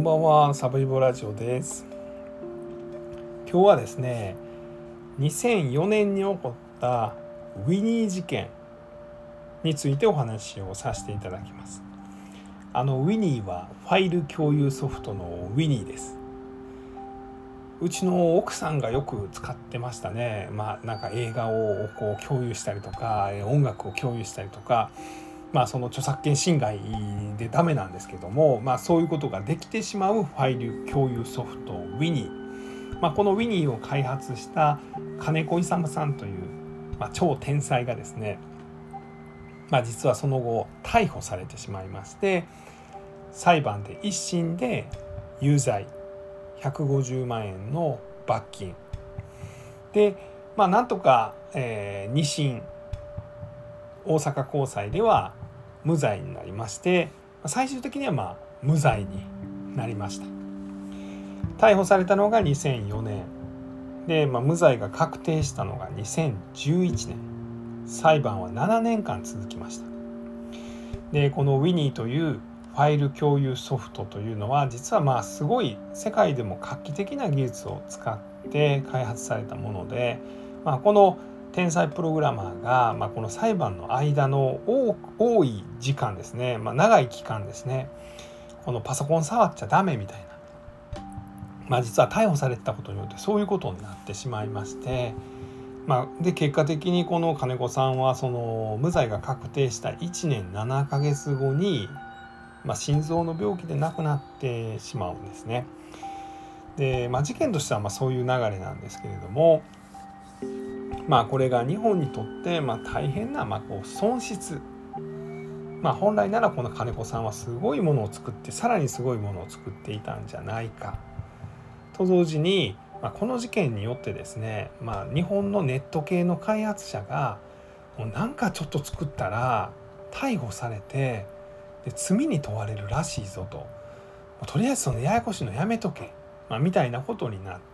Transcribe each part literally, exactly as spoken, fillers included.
んばんは、サブイボラジオです。今日はですね、にせんよねんに起こったウィニー事件についてお話をさせていただきます。あのウィニーはファイル共有ソフトのウィニーです。うちの奥さんがよく使ってましたね。まあなんか映画をこう共有したりとか、音楽を共有したりとか、まあその著作権侵害でダメなんですけども、まあそういうことができてしまうファイル共有ソフトウィニー。まあこのウィニーを開発した金子勇さんという、まあ、超天才がですね、まあ実はその後逮捕されてしまいまして、裁判で一審で有罪、ひゃくごじゅうまんえんの罰金で、まあなんとか、えー、二審大阪高裁では無罪になりまして、最終的にはまあ無罪になりました。逮捕されたのがにせんよねんで、まあ、無罪が確定したのがにせんじゅういちねん。裁判はななねんかん続きました。でこのウィニーというファイル共有ソフトというのは、実はまあすごい世界でも画期的な技術を使って開発されたもので、まあ、この天才プログラマーが、まあ、この裁判の間の多い時間ですね、まあ、長い期間ですね、このパソコン触っちゃダメみたいな、まあ、実は逮捕されてたことによってそういうことになってしまいまして、まあ、で結果的にこの金子さんはその無罪が確定したいちねんななかげつごに、まあ、心臓の病気で亡くなってしまうんですね。で、まあ、事件としてはまあそういう流れなんですけれども、まあこれが日本にとってまあ大変なまあこう損失、まあ本来ならこの金子さんはすごいものを作って、さらにすごいものを作っていたんじゃないかと同時に、まあ、この事件によってですね、まあ日本のネット系の開発者がもうなんかちょっと作ったら逮捕されて、で罪に問われるらしいぞと、とりあえずそのややこしいのやめとけ、まあ、みたいなことになって、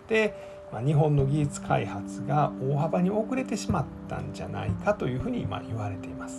まあ、日本の技術開発が大幅に遅れてしまったんじゃないかというふうにま言われています。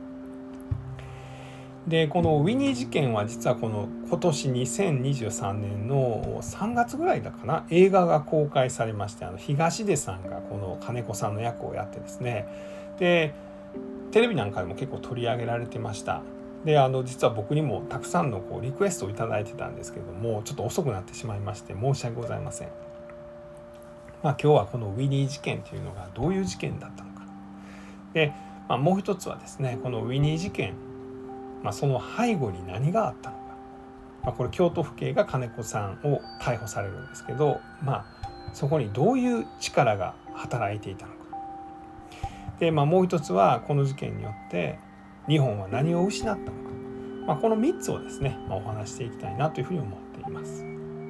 でこのウィニー事件は実はこの今年にせんにじゅうさんねんのさんがつぐらいだかな、映画が公開されまして、あの東出さんがこの金子さんの役をやってですね、でテレビなんかでも結構取り上げられてました。であの実は僕にもたくさんのこうリクエストをいただいてたんですけども、ちょっと遅くなってしまいまして申し訳ございません。まあ、今日はこのウィニー事件というのがどういう事件だったのかで、まあ、もう一つはですね、このウィニー事件、まあ、その背後に何があったのか、まあ、これ京都府警が金子さんを逮捕されるんですけど、まあ、そこにどういう力が働いていたのかで、まあ、もう一つはこの事件によって日本は何を失ったのか、まあ、このみっつをですね、まあ、お話していきたいなというふうに思っています。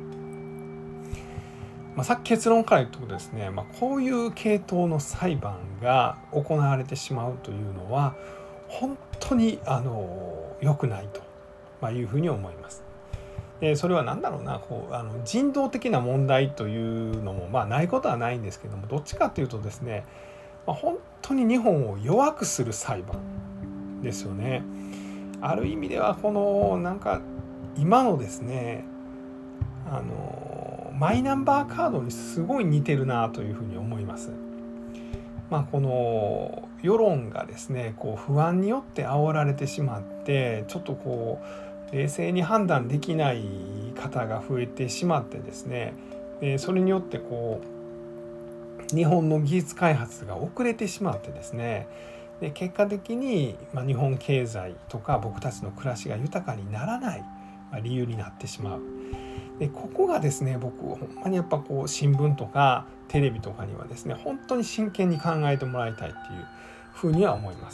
まあ、さっき結論から言ったことですね、まあ、こういう系統の裁判が行われてしまうというのは本当にあの良くないというふうに思います。でそれは何だろうな、こうあの人道的な問題というのもまあないことはないんですけども、どっちかというとですね、まあ、本当に日本を弱くする裁判ですよね。ある意味ではこのなんか今のですね、あのマイナンバーカードにすごい似てるなというふうに思います。まあ、この世論がですね、こう不安によって煽られてしまって、ちょっとこう冷静に判断できない方が増えてしまってですね、でそれによってこう日本の技術開発が遅れてしまってですね、で結果的に、まあ、日本経済とか僕たちの暮らしが豊かにならない、まあ、理由になってしまう。でここがですね、僕ほんまにやっぱこう新聞とかテレビとかにはですね、本当に真剣に考えてもらいたいっていうふうには思います。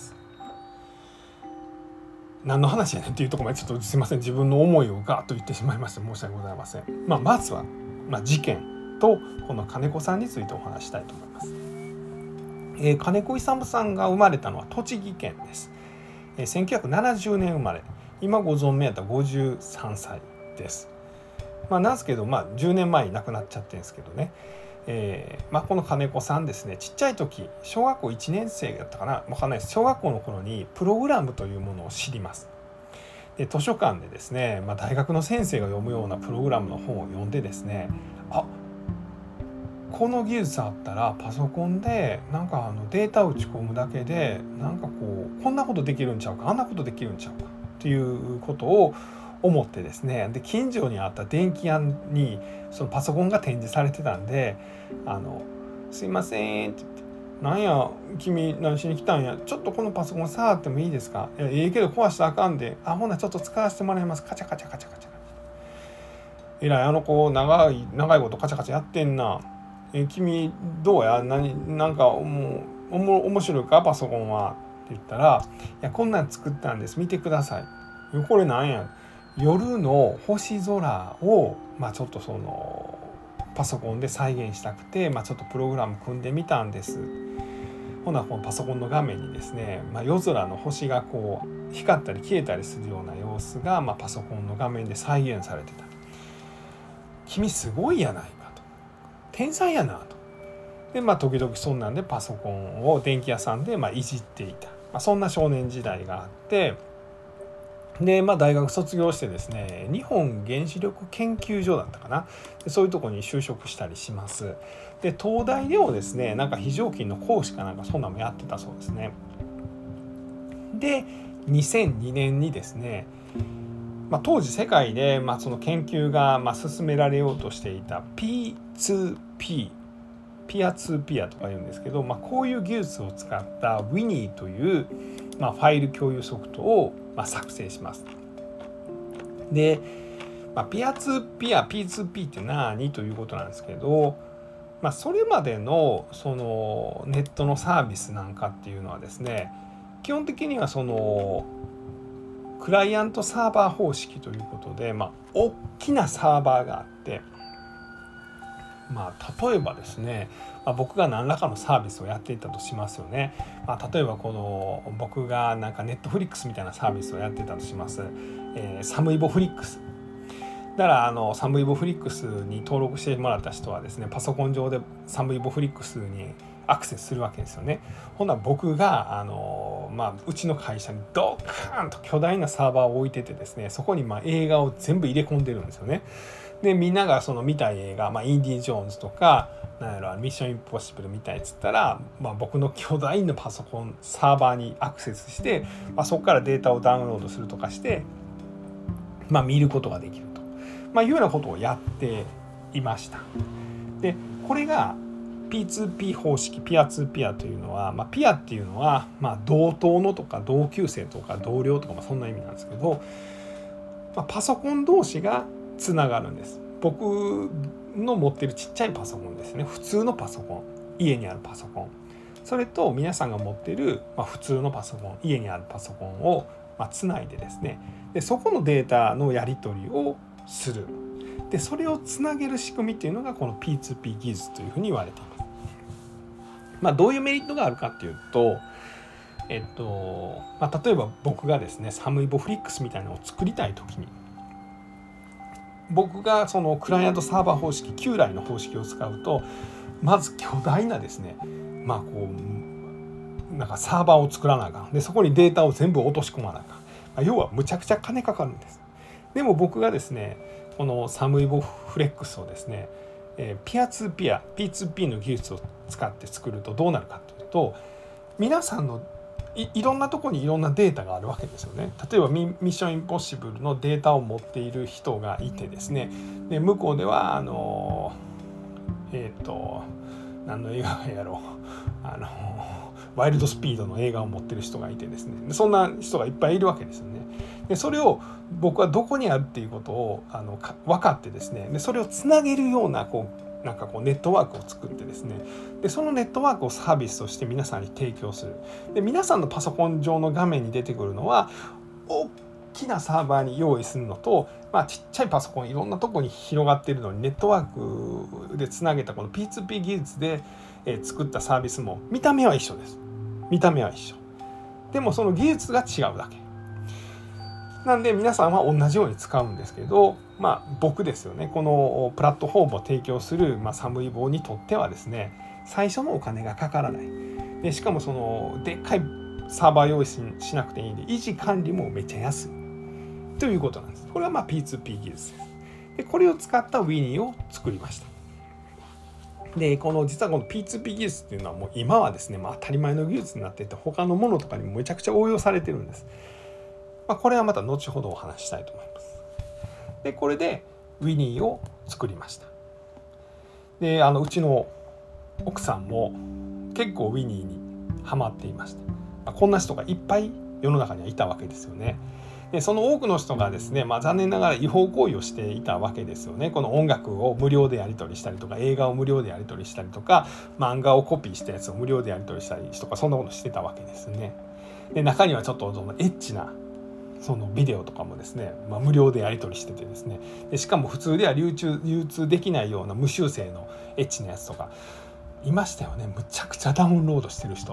何の話やねんっていうところまでちょっとすいません、自分の思いをガーッと言ってしまいまして申し訳ございません。まあ、まずは、まあ、事件とこの金子さんについてお話したいと思います。えー、金子勇さんが生まれたのは栃木県です。えー、せんきゅうひゃくななじゅうねん生まれ、今ご存命やったらごじゅうさんさいです。まあ、なんですけど、まあ、じゅうねんまえに亡くなっちゃってるんですけどね、えーまあ、この金子さんですね、ちっちゃい時小学校いちねん生だったかな、分かんないです。小学校の頃にプログラムというものを知ります。 で図書館でですね、まあ、大学の先生が読むようなプログラムの本を読んでですね、あ、この技術あったらパソコンでなんかあのデータを打ち込むだけでなんかこうこんなことできるんちゃうか、あんなことできるんちゃうかっていうことを思ってですね、で近所にあった電気屋にそのパソコンが展示されてたんで、あのすいませんって言って、なんや君何しに来たんや、ちょっとこのパソコン触ってもいいですか、いやええけど壊したらあかんで、あほなちょっと使わせてもらいます、カチャカチャカチャカチャ、えらいあの子長い長いことカチャカチャやってんな、え君どうや、何なんかもうおも面白いかパソコンはって言ったら、いやこんなん作ったんです、見てください、これなんや、夜の星空を、まあ、ちょっとそのパソコンで再現したくて、まあ、ちょっとプログラム組んでみたんです。ほなこのパソコンの画面にですね、まあ、夜空の星がこう光ったり消えたりするような様子が、まあ、パソコンの画面で再現されてた。君すごいやないかと、天才やなと。でまあ時々そんなんでパソコンを電気屋さんでまあいじっていた、まあ、そんな少年時代があって、でまあ大学卒業してですね、日本原子力研究所だったかな、でそういうところに就職したりします。で東大でもですね、なんか非常勤の講師かなんかそんなのもやってたそうですね。でにせんにねんにですね、まあ、当時世界でまあその研究がまあ進められようとしていた ピーツーピー ピアツーピアとか言うんですけど、まあ、こういう技術を使った ウィニー という、まあ、ファイル共有ソフトをまあ作成します。で、まあ、ピアツーピア ピーツーピー って何ということなんですけど、まあ、それまでのそのネットのサービスなんかっていうのはですね、基本的にはそのクライアントサーバー方式ということで、まあ、大きなサーバーがあって、まあ、例えばですね、まあ、僕が何らかのサービスをやっていたとしますよね。まあ、例えばこの僕がなんかネットフリックスみたいなサービスをやっていたとします。えー、サムイボフリックス。だからあのサムイボフリックスに登録してもらった人はですね、パソコン上でサムイボフリックスにアクセスするわけですよね。ほんなら僕があの、まあ、うちの会社にドカーンと巨大なサーバーを置いててですね、そこにまあ映画を全部入れ込んでるんですよね。でみんながその見たい映画、まあ、インディ・ジョーンズとかなんやろミッション・インポッシブル見たいっつったら、まあ、僕の巨大なパソコンサーバーにアクセスして、まあ、そこからデータをダウンロードするとかして、まあ、見ることができると、まあ、いうようなことをやっていました。でこれが ピーツーピー 方式、ピアツーピアというのは、まあ、ピアっていうのは、まあ、同等のとか同級生とか同僚とか、まあ、そんな意味なんですけど、まあ、パソコン同士がつながるんです。僕の持ってるちっちゃいパソコンですね、普通のパソコン、家にあるパソコン、それと皆さんが持ってる、まあ、普通のパソコン、家にあるパソコンを、まあ、つないでですね、でそこのデータのやり取りをする。でそれをつなげる仕組みっていうのがこの ピーツーピー 技術というふうに言われています。まあ、どういうメリットがあるかっていうと、えっとまあ、例えば僕がですねサムイボフリックスみたいなのを作りたいときに、僕がそのクライアントサーバー方式、旧来の方式を使うと、まず巨大なですね、まあこうなんかサーバーを作らなあかん。でそこにデータを全部落とし込まなあかん。まあ、要はむちゃくちゃ金かかるんです。でも僕がですねこのサムイボフレックスをですね、えー、ピアツーピア ピーツーピー の技術を使って作るとどうなるかというと、皆さんの い, いろんなところにいろんなデータがあるわけですよね。例えばミッションインポッシブルのデータを持っている人がいてですね、で向こうではあのえっ、ー、と何の映画やろうあのワイルドスピードの映画を持ってる人がいてですね、そんな人がいっぱいいるわけですよね。でそれを僕はどこにあるっていうことをあの分かってですね、でそれをつなげるようなこうなんかこうネットワークを作ってですね、でそのネットワークをサービスとして皆さんに提供する。で皆さんのパソコン上の画面に出てくるのは大きなサーバーに用意するのと、まあ、ちっちゃいパソコンいろんなところに広がっているのにネットワークでつなげたこの ピーツーピー 技術で作ったサービスも見た目は一緒です。見た目は一緒。でもその技術が違うだけ。なんで皆さんは同じように使うんですけど、まあ僕ですよね、このプラットフォームを提供する、まあ、サムイボにとってはですね、最初のお金がかからない。でしかもそのでっかいサーバー用意 し, しなくていいんで、維持管理もめっちゃ安い。 ということなんです。これはまあ ピーツーピー 技術です。でこれを使ったウィニーを作りました。でこの実はこの ピーツーピー 技術っていうのはもう今はですね、まあ、当たり前の技術になっていて他のものとかにもめちゃくちゃ応用されてるんです。まあ、これはまた後ほどお話ししたいと思います。でこれでウィニーを作りました。であのうちの奥さんも結構ウィニーにハマっていまして、まあ、こんな人がいっぱい世の中にはいたわけですよね。でその多くの人がですね、まあ、残念ながら違法行為をしていたわけですよね。この音楽を無料でやり取りしたりとか映画を無料でやり取りしたりとか漫画をコピーしたやつを無料でやり取りしたりとかそんなことしてたわけですね。で中にはちょっとそのエッチなそのビデオとかもですね、まあ、無料でやり取りしててですね、でしかも普通では流通、流通できないような無修正のエッチなやつとかいましたよね。むちゃくちゃダウンロードしてる人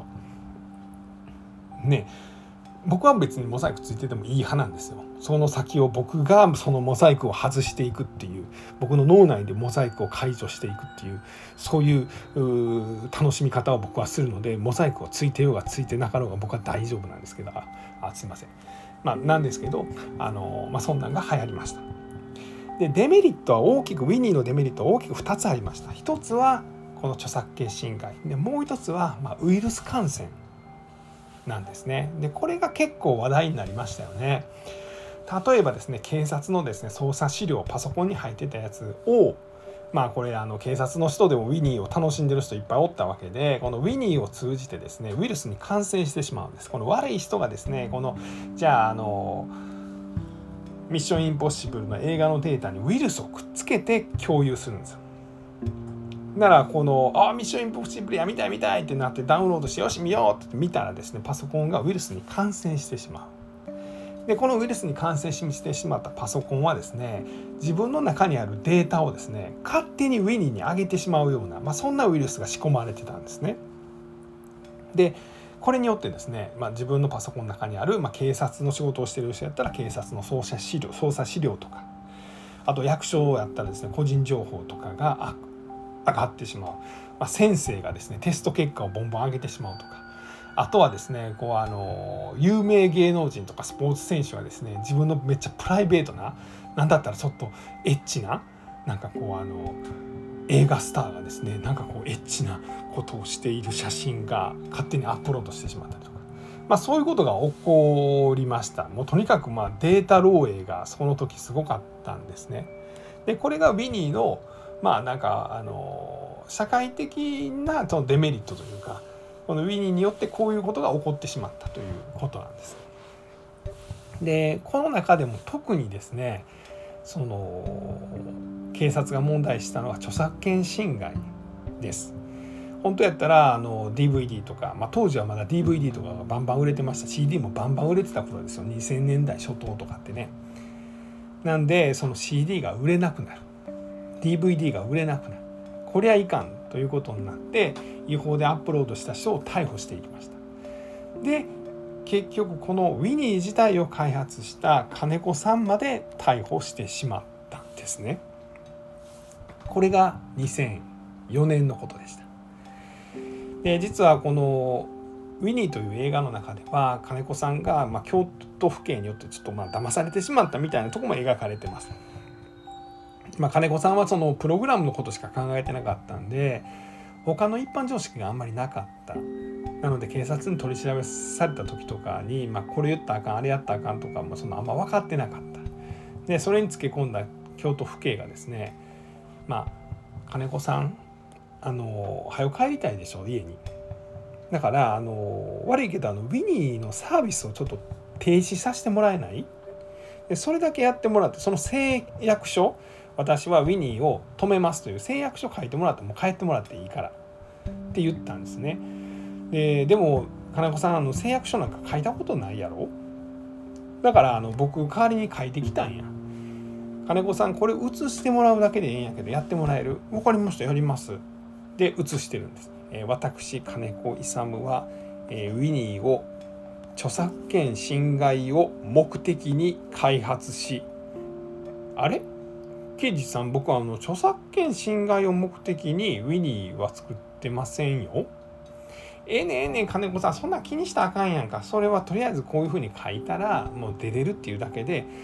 ね。僕は別にモザイクついててもいい派なんですよ。その先を僕がそのモザイクを外していくっていう、僕の脳内でモザイクを解除していくっていう、そういう楽しみ方を僕はするので、モザイクをついてようがついてなかろうが僕は大丈夫なんですけど、ああすいません、まあ、なんですけどあの、まあ、そんなんが流行りました。でデメリットは大きくウィニーのデメリットは大きくふたつありました。ひとつはこの著作権侵害で、もう一つはまあウイルス感染なんですね。でこれが結構話題になりましたよね。例えばですね、警察のですね捜査資料パソコンに入ってたやつを、まあこれあの警察の人でもウィニーを楽しんでる人いっぱいおったわけで、このウィニーを通じてですねウイルスに感染してしまうんです。この悪い人がですね、このじゃああのミッションインポッシブルの映画のデータにウイルスをくっつけて共有するんですよ。ならこのあミッションインポッシブルや見たい見たいってなってダウンロードしてよし見ようって見たらですね、パソコンがウイルスに感染してしまう。でこのウイルスに感染してしまったパソコンはですね、自分の中にあるデータをですね勝手にウィニーに上げてしまうような、まあ、そんなウイルスが仕込まれてたんですね。でこれによってですね、まあ、自分のパソコンの中にある、まあ、警察の仕事をしている人やったら警察の捜査資料捜査資料とか、あと役所やったらですね個人情報とかが上がってしまう、まあ、先生がですねテスト結果をボンボン上げてしまうとか、あとはですねこうあの有名芸能人とかスポーツ選手はですね自分のめっちゃプライベートな、なんだったらちょっとエッチな、なんかこうあの映画スターがですねなんかこうエッチなことをしている写真が勝手にアップロードしてしまったりとか、まあ、そういうことが起こりました。もうとにかくまあデータ漏洩がその時すごかったんですね。でこれがウィニーのまあなんかあの社会的なそのデメリットというか、このウィニーによってこういうことが起こってしまったということなんです。でこの中でも特にですねその警察が問題視したのは著作権侵害です。本当やったらあの ディーブイディー とか、まあ、当時はまだ ディーブイディー とかがバンバン売れてました。 シーディー もバンバン売れてた頃ですよ。にせんねんだい初頭とかってね。なんでその シーディー が売れなくなる、 ディーブイディー が売れなくなる、こりゃいかんということになって違法でアップロードした人を逮捕していきました。で結局このウィニー自体を開発した金子さんまで逮捕してしまったんですね。これがにせんよねんのことでした。で実はこのウィニーという映画の中では金子さんがまあ京都府警によってちょっとまあ騙されてしまったみたいなところも描かれてます。まあ、金子さんはそのプログラムのことしか考えてなかったんで他の一般常識があんまりなかった。なので警察に取り調べされた時とかに、まあ、これ言ったらあかんあれやったらあかんとかもそのあんま分かってなかった。でそれにつけ込んだ京都府警がですね、まあ金子さんあの早く帰りたいでしょ家に。だからあの悪いけどあのウィニーのサービスをちょっと停止させてもらえない。でそれだけやってもらって、その誓約書、私はウィニーを止めますという誓約書書いてもらってもう帰ってもらっていいからって言ったんですね。で, でも金子さんあの誓約書なんか書いたことないやろ。だからあの僕代わりに書いてきたんや。金子さんこれ写してもらうだけでええんやけどやってもらえる？分かりましたやります。で写してるんです。えー、私金子勇は、えー、ウィニーを著作権侵害を目的に開発し、あれ刑事さん僕はあの著作権侵害を目的にウィニーは作ってませんよ。ええねえええね金子さんそんな気にしたらあかんやんか。それはとりあえずこういうふうに書いたらもう出れるっていうだけで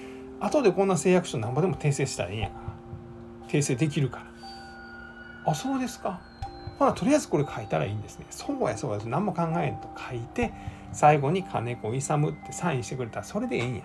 後でこんな誓約書なんぼでも訂正したらいいんやから、訂正できるから。あ、そうですか。ほなとりあえずこれ書いたらいいんですね。そうやそうや、何も考えんと書いて、最後に金子勇ってサインしてくれたらそれでいいんや。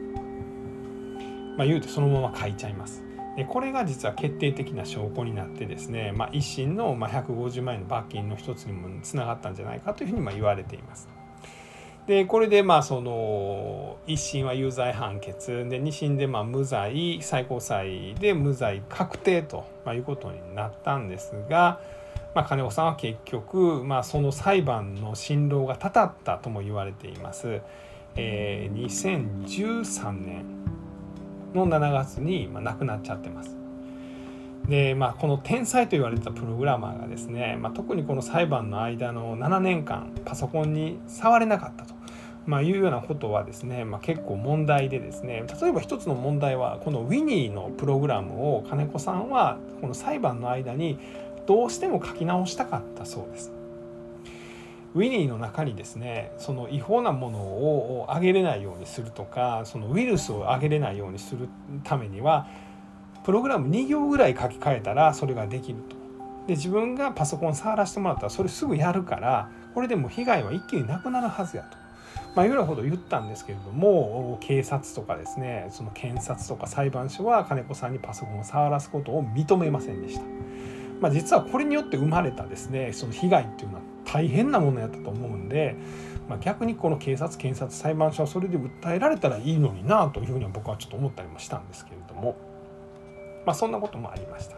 まあ言うてそのまま書いちゃいます。でこれが実は決定的な証拠になってですね、まあ、一審のひゃくごじゅうまんえんの罰金の一つにもつながったんじゃないかというふうにまあ言われています。でこれでまあその一審は有罪判決で、二審でまあ無罪、最高裁で無罪確定ということになったんですが、まあ、金子さんは結局、まあ、その裁判の心労がたたったとも言われています。えー、にせんじゅうさんねんのしちがつに亡くなっちゃってます。で、まあ、この天才と言われたプログラマーがですね、まあ、特にこの裁判の間のななねんかんパソコンに触れなかったと、まあ、いうようなことはですね、まあ、結構問題でですね、例えば一つの問題はこの ウィニー のプログラムを金子さんはこの裁判の間にどうしても書き直したかったそうです。ウィニーの中にですね、その違法なものを上げれないようにするとか、そのウイルスを上げれないようにするためにはプログラムに行ぐらい書き換えたらそれができると。で自分がパソコン触らせてもらったらそれすぐやるから、これでも被害は一気になくなるはずやと、まあ、いうようなことを言ったんですけれども、警察とかですね、その検察とか裁判所は金子さんにパソコンを触らすことを認めませんでした。まあ、実はこれによって生まれたですね、その被害っていうのは大変なものやったと思うんで、まあ、逆にこの警察検察裁判所はそれで訴えられたらいいのになというふうには僕はちょっと思ったりもしたんですけれども、まあ、そんなこともありました。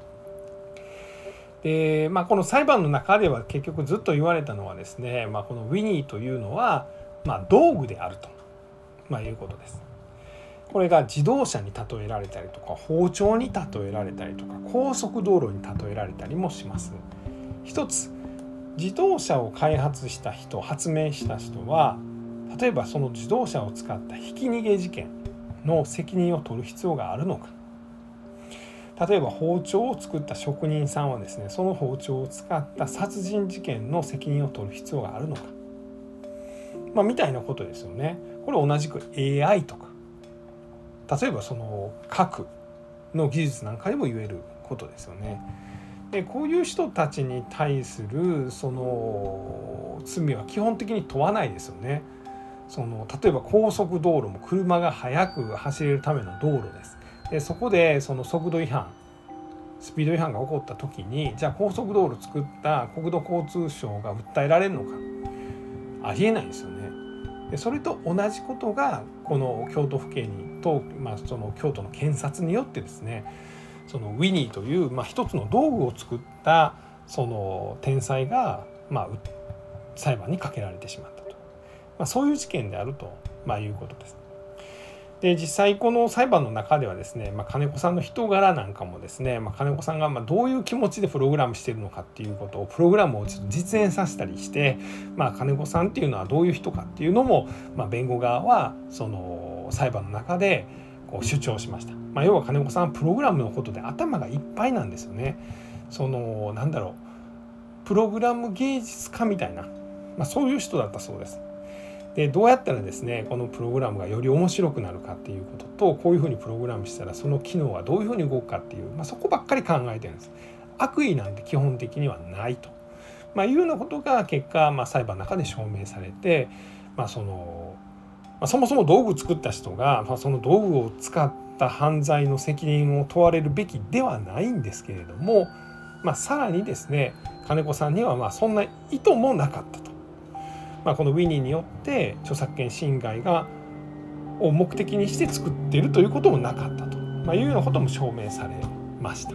で、まあ、この裁判の中では結局ずっと言われたのはですね、まあ、このウィニーというのはまあ道具であると、まあ、いうことです。これが自動車に例えられたりとか、包丁に例えられたりとか、高速道路に例えられたりもします。一つ、自動車を開発した人、発明した人は、例えばその自動車を使ったひき逃げ事件の責任を取る必要があるのか。例えば包丁を作った職人さんはですね、その包丁を使った殺人事件の責任を取る必要があるのか、まあ、みたいなことですよね。これ同じく エーアイ とか、例えばその核の技術なんかでも言えることですよね。でこういう人たちに対するその罪は基本的に問わないですよね。その例えば高速道路も車が速く走れるための道路です。でそこでその速度違反、スピード違反が起こった時に、じゃあ高速道路作った国土交通省が訴えられるのか、ありえないですよね。でそれと同じことがこの京都府警にと、まあ、その京都の検察によってですね、そのウィニーという、まあ、一つの道具を作ったその天才が、まあ、裁判にかけられてしまったと、まあ、そういう事件であると、まあ、いうことです。で実際この裁判の中ではですね、まあ、金子さんの人柄なんかもですね、まあ、金子さんがまあどういう気持ちでプログラムしているのかっていうことをプログラムをちょっと実演させたりして、まあ、金子さんっていうのはどういう人かっていうのも、まあ、弁護側はその裁判の中でこう主張しました。まあ、要は金子さんはプログラムのことで頭がいっぱいなんですよね。そのなんだろう、プログラム芸術家みたいな、まあ、そういう人だったそうです。でどうやったらですねこのプログラムがより面白くなるかっていうことと、こういうふうにプログラムしたらその機能はどういうふうに動くかっていう、まあ、そこばっかり考えてるんです。悪意なんて基本的にはないと、まあ、いうようなことが結果、まあ、裁判の中で証明されて、まあそのまあ、そもそも道具作った人が、まあ、その道具を使った犯罪の責任を問われるべきではないんですけれども、まあ、さらにですね金子さんにはまあそんな意図もなかったと。まあ、このウィニーによって著作権侵害がを目的にして作っているということもなかったと、まあ、いうようなことも証明されました。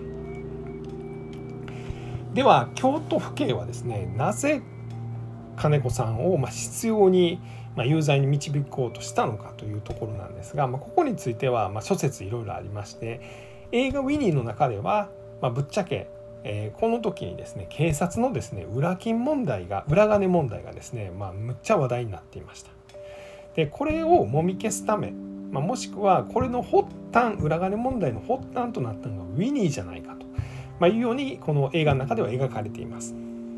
では京都府警はですね、なぜ金子さんをまあ執拗にまあ有罪に導こうとしたのかというところなんですが、まあ、ここについてはまあ諸説いろいろありまして、映画ウィニーの中ではまあぶっちゃけえー、この時にですね警察のですね裏金問題が裏金問題がですね、まあ、むっちゃ話題になっていました。でこれをもみ消すため、まあ、もしくはこれの発端、裏金問題の発端となったのがウィニーじゃないかと、まあ、いうようにこの映画の中では描かれています。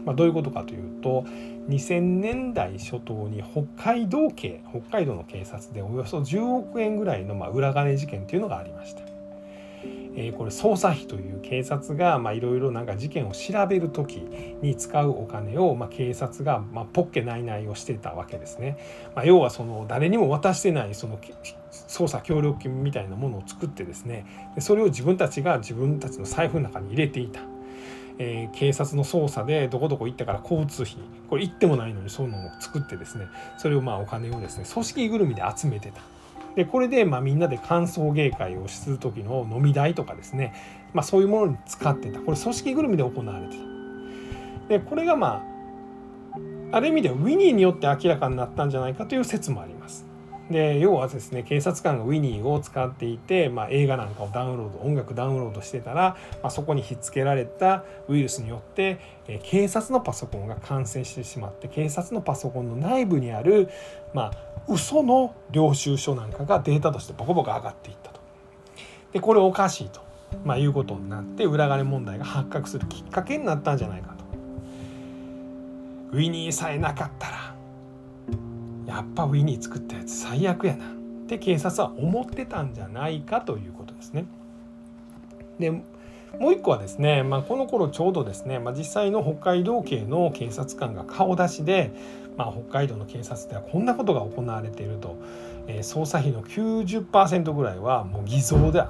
まあ、どういうことかというとにせんねんだい初頭に北海道警北海道の警察でおよそじゅうおくえんぐらいのまあ裏金事件というのがありました。えー、これ捜査費という警察がいろいろなんか事件を調べる時に使うお金をまあ警察がまあポッケないないをしてたわけですね。まあ、要はその誰にも渡してないその捜査協力金みたいなものを作ってですね、でそれを自分たちが自分たちの財布の中に入れていた。えー、警察の捜査でどこどこ行ったから交通費これ行ってもないのにそういうのを作ってですね、それをまあお金をですね組織ぐるみで集めてた。でこれでまあみんなで歓送迎会をする時の飲み代とかですね、まあ、そういうものに使ってた。これ組織ぐるみで行われてた。でこれがまあある意味ではウィニーによって明らかになったんじゃないかという説もあります。で要はですね警察官がウィニーを使っていて、まあ、映画なんかをダウンロード音楽ダウンロードしてたら、まあ、そこにひっつけられたウイルスによって、えー、警察のパソコンが感染してしまって警察のパソコンの内部にある、まあ、嘘の領収書なんかがデータとしてボコボコ上がっていったと。でこれおかしいと、まあ、いうことになって裏金問題が発覚するきっかけになったんじゃないかと。ウィニーさえなかったらやっぱウィニー作ったやつ最悪やなって警察は思ってたんじゃないかということですね。でもう一個はですね、まあ、この頃ちょうどですね、まあ、実際の北海道警の警察官が顔出しで、まあ、北海道の警察ではこんなことが行われていると、えー、捜査費の きゅうじゅっパーセント ぐらいはもう偽造で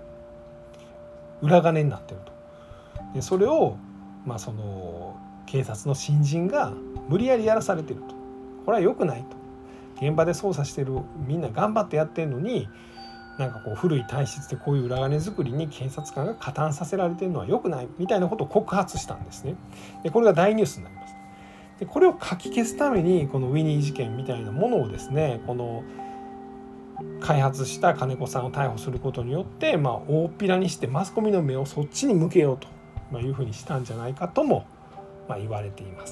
裏金になっていると。でそれを、まあ、その警察の新人が無理やりやらされていると。これは良くないと。現場で捜査してるみんな頑張ってやってるのになんかこう古い体質でこういう裏金作りに警察官が加担させられてるのは良くないみたいなことを告発したんですね。でこれが大ニュースになります。でこれをかき消すためにこのウィニー事件みたいなものをですねこの開発した金子さんを逮捕することによって、まあ、大っぴらにしてマスコミの目をそっちに向けようというふうにしたんじゃないかとも、まあ、言われています。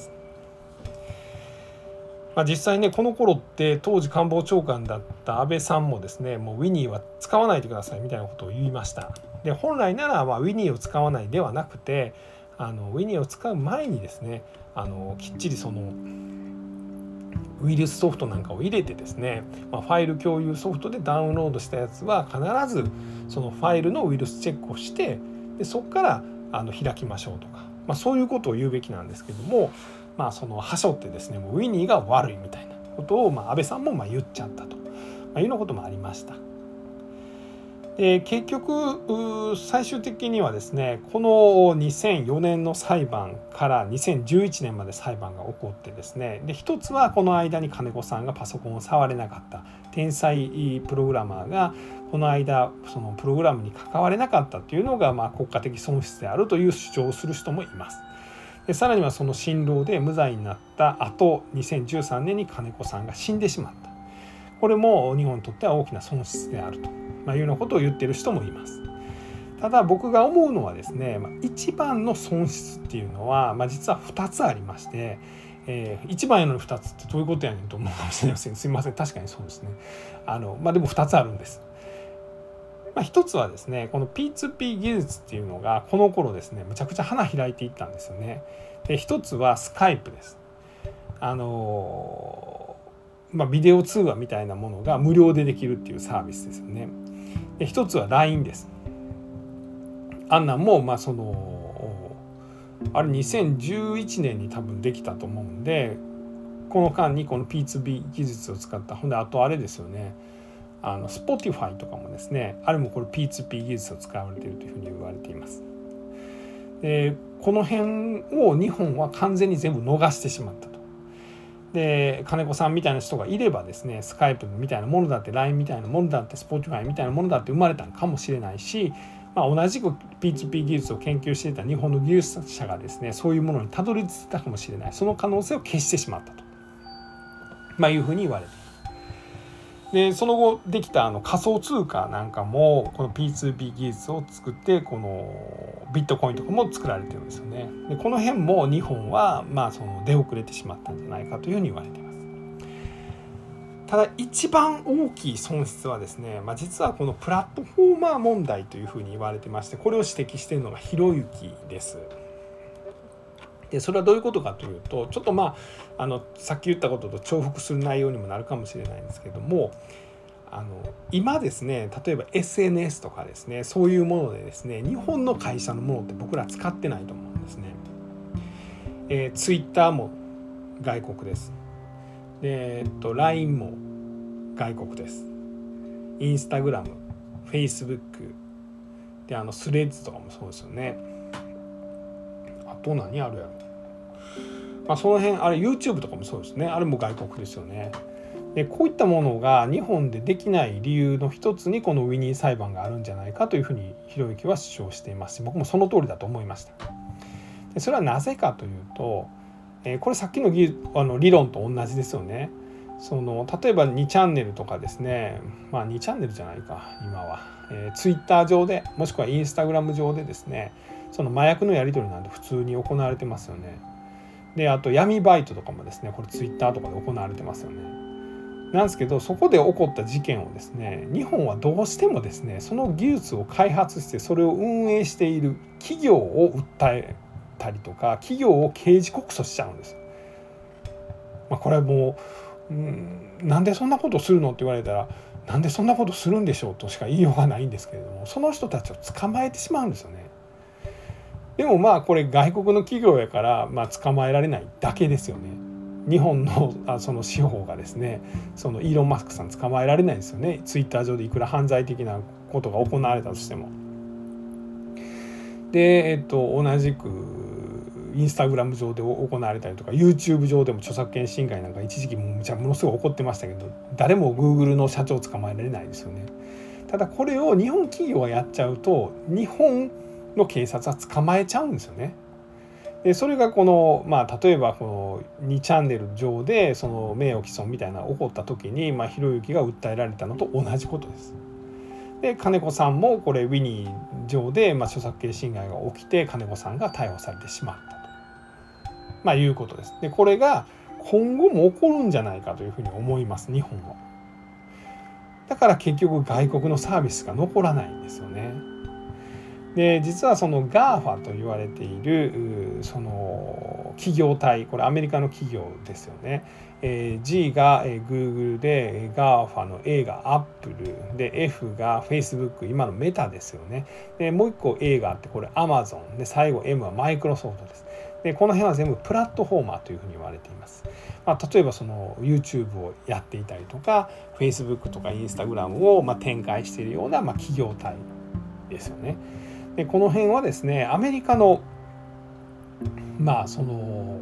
まあ、実際ねこの頃って当時官房長官だった安倍さんもですねもうウィニーは使わないでくださいみたいなことを言いました。で本来ならまあウィニーを使わないではなくてあのウィニーを使う前にですねあのきっちりそのウイルスソフトなんかを入れてですね、まあ、ファイル共有ソフトでダウンロードしたやつは必ずそのファイルのウイルスチェックをしてでそこからあの開きましょうとか、まあ、そういうことを言うべきなんですけども、まあ、そのはしょってですねもうウィニーが悪いみたいなことを、まあ、安倍さんもまあ言っちゃったと、まあ、いうようなこともありました。で結局最終的にはですねこのにせんよねんの裁判からにせんじゅういちねんまで裁判が起こってですねで一つはこの間に金子さんがパソコンを触れなかった天才プログラマーがこの間そのプログラムに関われなかったというのがまあ国家的損失であるという主張をする人もいます。でさらにはその心労で無罪になった後にせんじゅうさんねんに金子さんが死んでしまった。これも日本にとっては大きな損失であると、まあ、いうようなことを言っている人もいます。ただ僕が思うのはですね、まあ、一番の損失っていうのは、まあ、実はふたつありまして、えー、一番やのにふたつってどういうことやねんと思うかもしれません。すいません確かにそうですね。あの、まあ、でもふたつあるんです。まあ、ひとつはですねこの ピーツーピー 技術っていうのがこの頃ですねむちゃくちゃ花開いていったんですよね。でひとつはスカイプです。あのーまあ、ビデオ通話みたいなものが無料でできるっていうサービスですよね。で一つは ライン です。あんなんもまあそのあれにせんじゅういちねんに多分できたと思うんでこの間にこの ピーツーピー 技術を使ったほんであとあれですよねあの Spotify とかもですねあれもこれ ピーツーピー 技術を使われているというふうに言われています。でこの辺を日本は完全に全部逃してしまったと。で金子さんみたいな人がいればですねスカイプみたいなものだって ライン みたいなものだって Spotify みたいなものだって生まれたのかもしれないし、まあ、同じく ピーツーピー 技術を研究していた日本の技術者がですねそういうものにたどり着いたかもしれないその可能性を消してしまったと、まあ、いうふうに言われている。でその後できたあの仮想通貨なんかもこの ピーツーピー 技術を作ってこのビットコインとかも作られてるんですよね。でこの辺も日本はまあその出遅れてしまったんじゃないかというふうに言われています。ただ一番大きい損失はですね、まあ、実はこのプラットフォーマー問題というふうに言われてましてこれを指摘しているのがひろゆきです。 でそれはどういうことかというと、ちょっとまああのさっき言ったことと重複する内容にもなるかもしれないんですけども、あの今ですね、例えば エスエヌエス とかですね、そういうものでですね、日本の会社のものって僕ら使ってないと思うんですね。えー、Twitter も外国です。で、えっと ライン も外国です。Instagram、Facebook で、あのスレッズとかもそうですよね。あと何あるやろ。まあその辺、あれ YouTube とかもそうですね。あれも外国ですよね。でこういったものが日本でできない理由の一つにこのウィニー裁判があるんじゃないかというふうにひろゆきは主張していますし、僕もその通りだと思いました。でそれはなぜかというと、えー、これさっきの議あの理論と同じですよね。その例えばにチャンネルとかですね、まあにチャンネルじゃないか今は、えー、Twitter 上でもしくは Instagram 上でですね、その麻薬のやり取りなんて普通に行われてますよね。であと闇バイトとかもですね、これ Twitter とかで行われてますよね。なんですけど、そこで起こった事件をですね、日本はどうしてもですね、その技術を開発してそれを運営している企業を訴えたりとか、企業を刑事告訴しちゃうんです。まあ、これはもう、うん、なんでそんなことするのって言われたら、なんでそんなことするんでしょうとしか言いようがないんですけれども、その人たちを捕まえてしまうんですよね。でもまあこれ外国の企業やから、まあ、捕まえられないだけですよね。日本のその司法がですね、そのイーロン・マスクさん捕まえられないですよね。ツイッター上でいくら犯罪的なことが行われたとしても。で、えっと、同じくインスタグラム上で行われたりとか YouTube 上でも著作権侵害なんか一時期もじゃものすごい起こってましたけど、誰も Google の社長捕まえられないですよね。ただこれを日本企業がやっちゃうと、日本の警察は捕まえちゃうんですよね。でそれがこの、まあ、例えばこのにチャンネル上でその名誉毀損みたいなのが起こった時に、まあ、ひろゆきが訴えられたのと同じことです。で金子さんもこれウィニー上で、まあ、著作権侵害が起きて金子さんが逮捕されてしまったと、まあ、いうことです。でこれが今後も起こるんじゃないかというふうに思います、日本は。だから結局外国のサービスが残らないんですよね。で実はその ガーファ と言われているその企業体、これアメリカの企業ですよね。えー、G が Google で ガーファ の A が Apple で F が Facebook、 今のメタですよね。でもう一個 A があって、これ Amazon で最後 M はマイクロソフトです。でこの辺は全部プラットフォーマーというふうに言われています。まあ、例えばその YouTube をやっていたりとか Facebook とか Instagram をまあ展開しているようなまあ企業体ですよね。でこの辺はですね、アメリカのまあその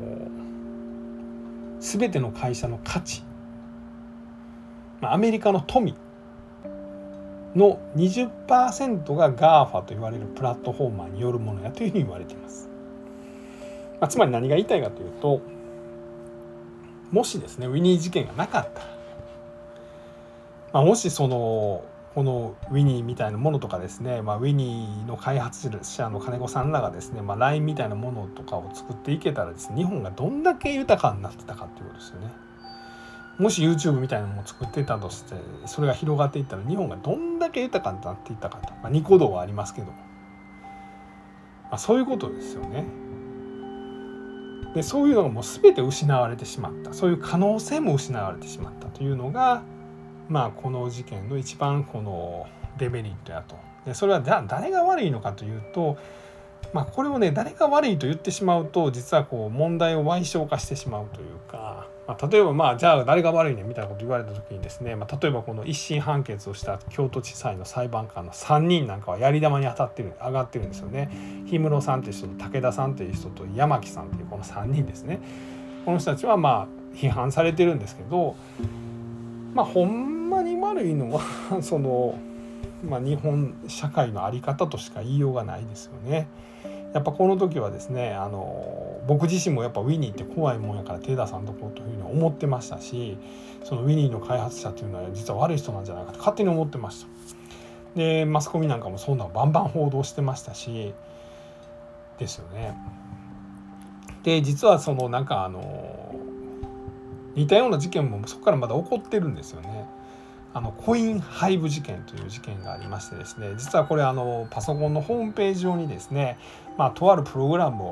全ての会社の価値、まあ、アメリカの富の にじゅっパーセント が ガーファ と言われるプラットフォーマーによるものやというふうに言われています。まあ、つまり何が言いたいかというと、もしですねウィニー事件がなかったら、まあ、もしそのこのウィニーみたいなものとかですね、まあ、ウィニーの開発者の金子さんらがですね、まあ、ライン みたいなものとかを作っていけたらですね、日本がどんだけ豊かになってたかということですよね。もし YouTube みたいなものを作っていたとして、それが広がっていったら日本がどんだけ豊かになっていったかと、まあ、ニコ動はありますけども、まあ、そういうことですよね。でそういうのがもう全て失われてしまった、そういう可能性も失われてしまったというのが、まあ、この事件の一番このデメリットやと。でそれは誰が悪いのかというと、まあ、これをね誰が悪いと言ってしまうと実はこう問題を矮小化してしまうというか、まあ、例えばまあじゃあ誰が悪いねみたいなこと言われた時にですね、まあ、例えばこの一審判決をした京都地裁の裁判官のさんにんなんかはやり玉に当たってる上がってるんですよね。氷室さんという人と武田さんという人と山木さんというこのさんにんですね。この人たちはまあ批判されてるんですけど、まあほんまに悪いのはその、まあ、日本社会の在り方としか言いようがないですよね。やっぱこの時はですね、あの僕自身もやっぱウィニーって怖いもんやから手出さんとこうというふうに思ってましたし、そのウィニーの開発者というのは実は悪い人なんじゃないかと勝手に思ってました。でマスコミなんかもそんなのバンバン報道してましたしですよね。で実はそのなんかあの似たような事件もそこからまだ起こってるんですよね。あのコインハイブ事件という事件がありましてですね、実はこれあのパソコンのホームページ上にですね、まあ、とあるプログラムを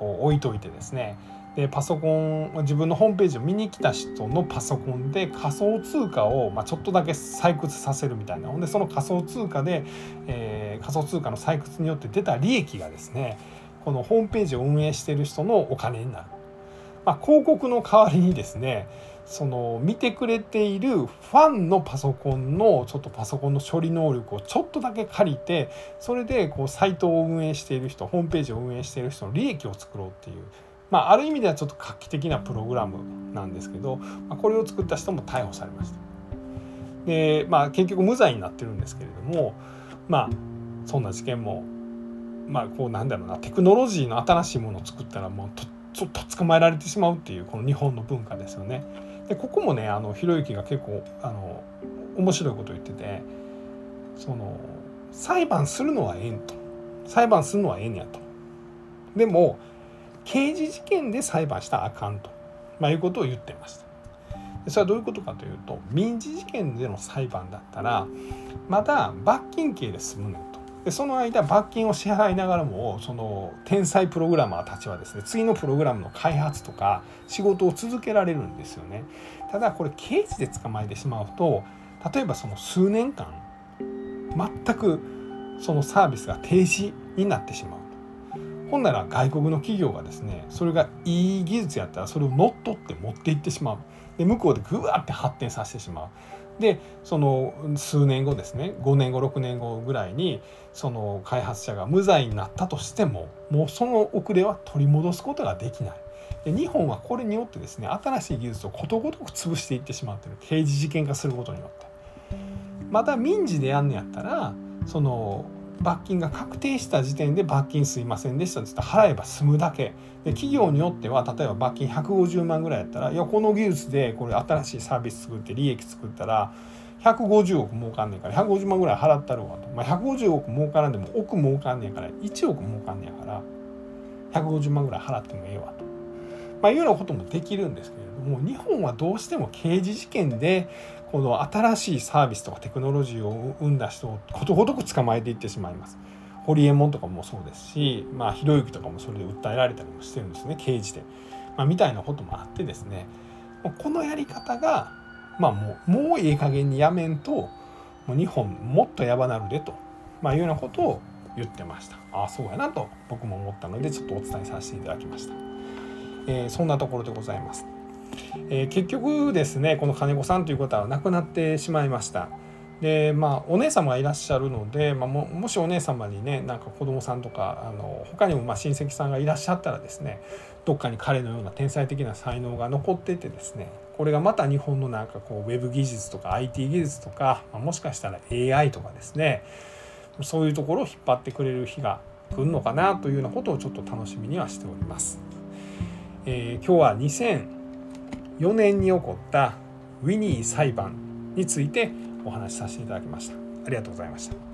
こう置いといてですね、でパソコン自分のホームページを見に来た人のパソコンで仮想通貨を、まあ、ちょっとだけ採掘させるみたいな。ほんでその仮想通貨で、えー、仮想通貨の採掘によって出た利益がですね、このホームページを運営している人のお金になる。まあ、広告の代わりにですね、その見てくれているファンのパソコンのちょっとパソコンの処理能力をちょっとだけ借りて、それでこうサイトを運営している人、ホームページを運営している人の利益を作ろうっていう、まあ、ある意味ではちょっと画期的なプログラムなんですけど、まあ、これを作った人も逮捕されました。で、まあ、結局無罪になってるんですけれども、まあそんな事件も、まあこうなんだろうな、テクノロジーの新しいものを作ったらもうとちょっと捕まえられてしまうっていうこの日本の文化ですよね。でここもね、あのひろゆきが結構あの面白いことを言ってて、その裁判するのはええんと、裁判するのはええんやと、でも刑事事件で裁判したらあかんと、まあ、いうことを言ってました。でそれはどういうことかというと、民事事件での裁判だったらまだ罰金刑で済むねんと。でその間罰金を支払いながらも、その天才プログラマーたちはですね、次のプログラムの開発とか仕事を続けられるんですよね。ただこれ刑事で捕まえてしまうと、例えばその数年間全くそのサービスが停止になってしまう。ほんなら外国の企業がですね、それがいい技術やったらそれを乗っ取って持っていってしまう。で向こうでグワーって発展させてしまう。でその数年後ですね、ごねんごろくねんごぐらいにその開発者が無罪になったとしても、もうその遅れは取り戻すことができない。で日本はこれによってですね、新しい技術をことごとく潰していってしまうという、刑事事件化することによって。また民事でやんのやったら、その罰金が確定した時点で罰金すいませんでしたって言ったら払えば済むだけで、企業によっては例えば罰金ひゃくごじゅうまんぐらいやったら、いやこの技術でこれ新しいサービス作って利益作ったらひゃくごじゅうおく儲かんねんからひゃくごじゅうまんぐらい払ったるわと、まあ、ひゃくごじゅうおく儲からんでも億儲かんねんからいちおく儲かんねんからひゃくごじゅうまんぐらい払ってもええわと、まあ、いうようなこともできるんですけれども、日本はどうしても刑事事件でこの新しいサービスとかテクノロジーを生んだ人をことごとく捕まえていってしまいます。ホリエモンとかもそうですし、まあ、ひろゆきとかもそれで訴えられたりもしてるんですね、刑事で、まあ、みたいなこともあってですね、このやり方が、まあ、もうもういい加減にやめんともう日本もっとやばなるでと、まあ、いうようなことを言ってました。ああそうやなと僕も思ったのでちょっとお伝えさせていただきました。えー、そんなところでございます。えー、結局ですね、この金子さんという方は亡くなってしまいました。でまあお姉様がいらっしゃるので、まあ、も, もしお姉様にねなんか子供さんとかあの他にもまあ親戚さんがいらっしゃったらですね、どっかに彼のような天才的な才能が残っててですね、これがまた日本のなんかこうウェブ技術とか アイティー 技術とか、まあ、もしかしたら エーアイ とかですね、そういうところを引っ張ってくれる日が来るのかなというようなことをちょっと楽しみにはしております。えー、今日はにせんよねんに起こったウィニー裁判についてお話しさせていただきました。ありがとうございました。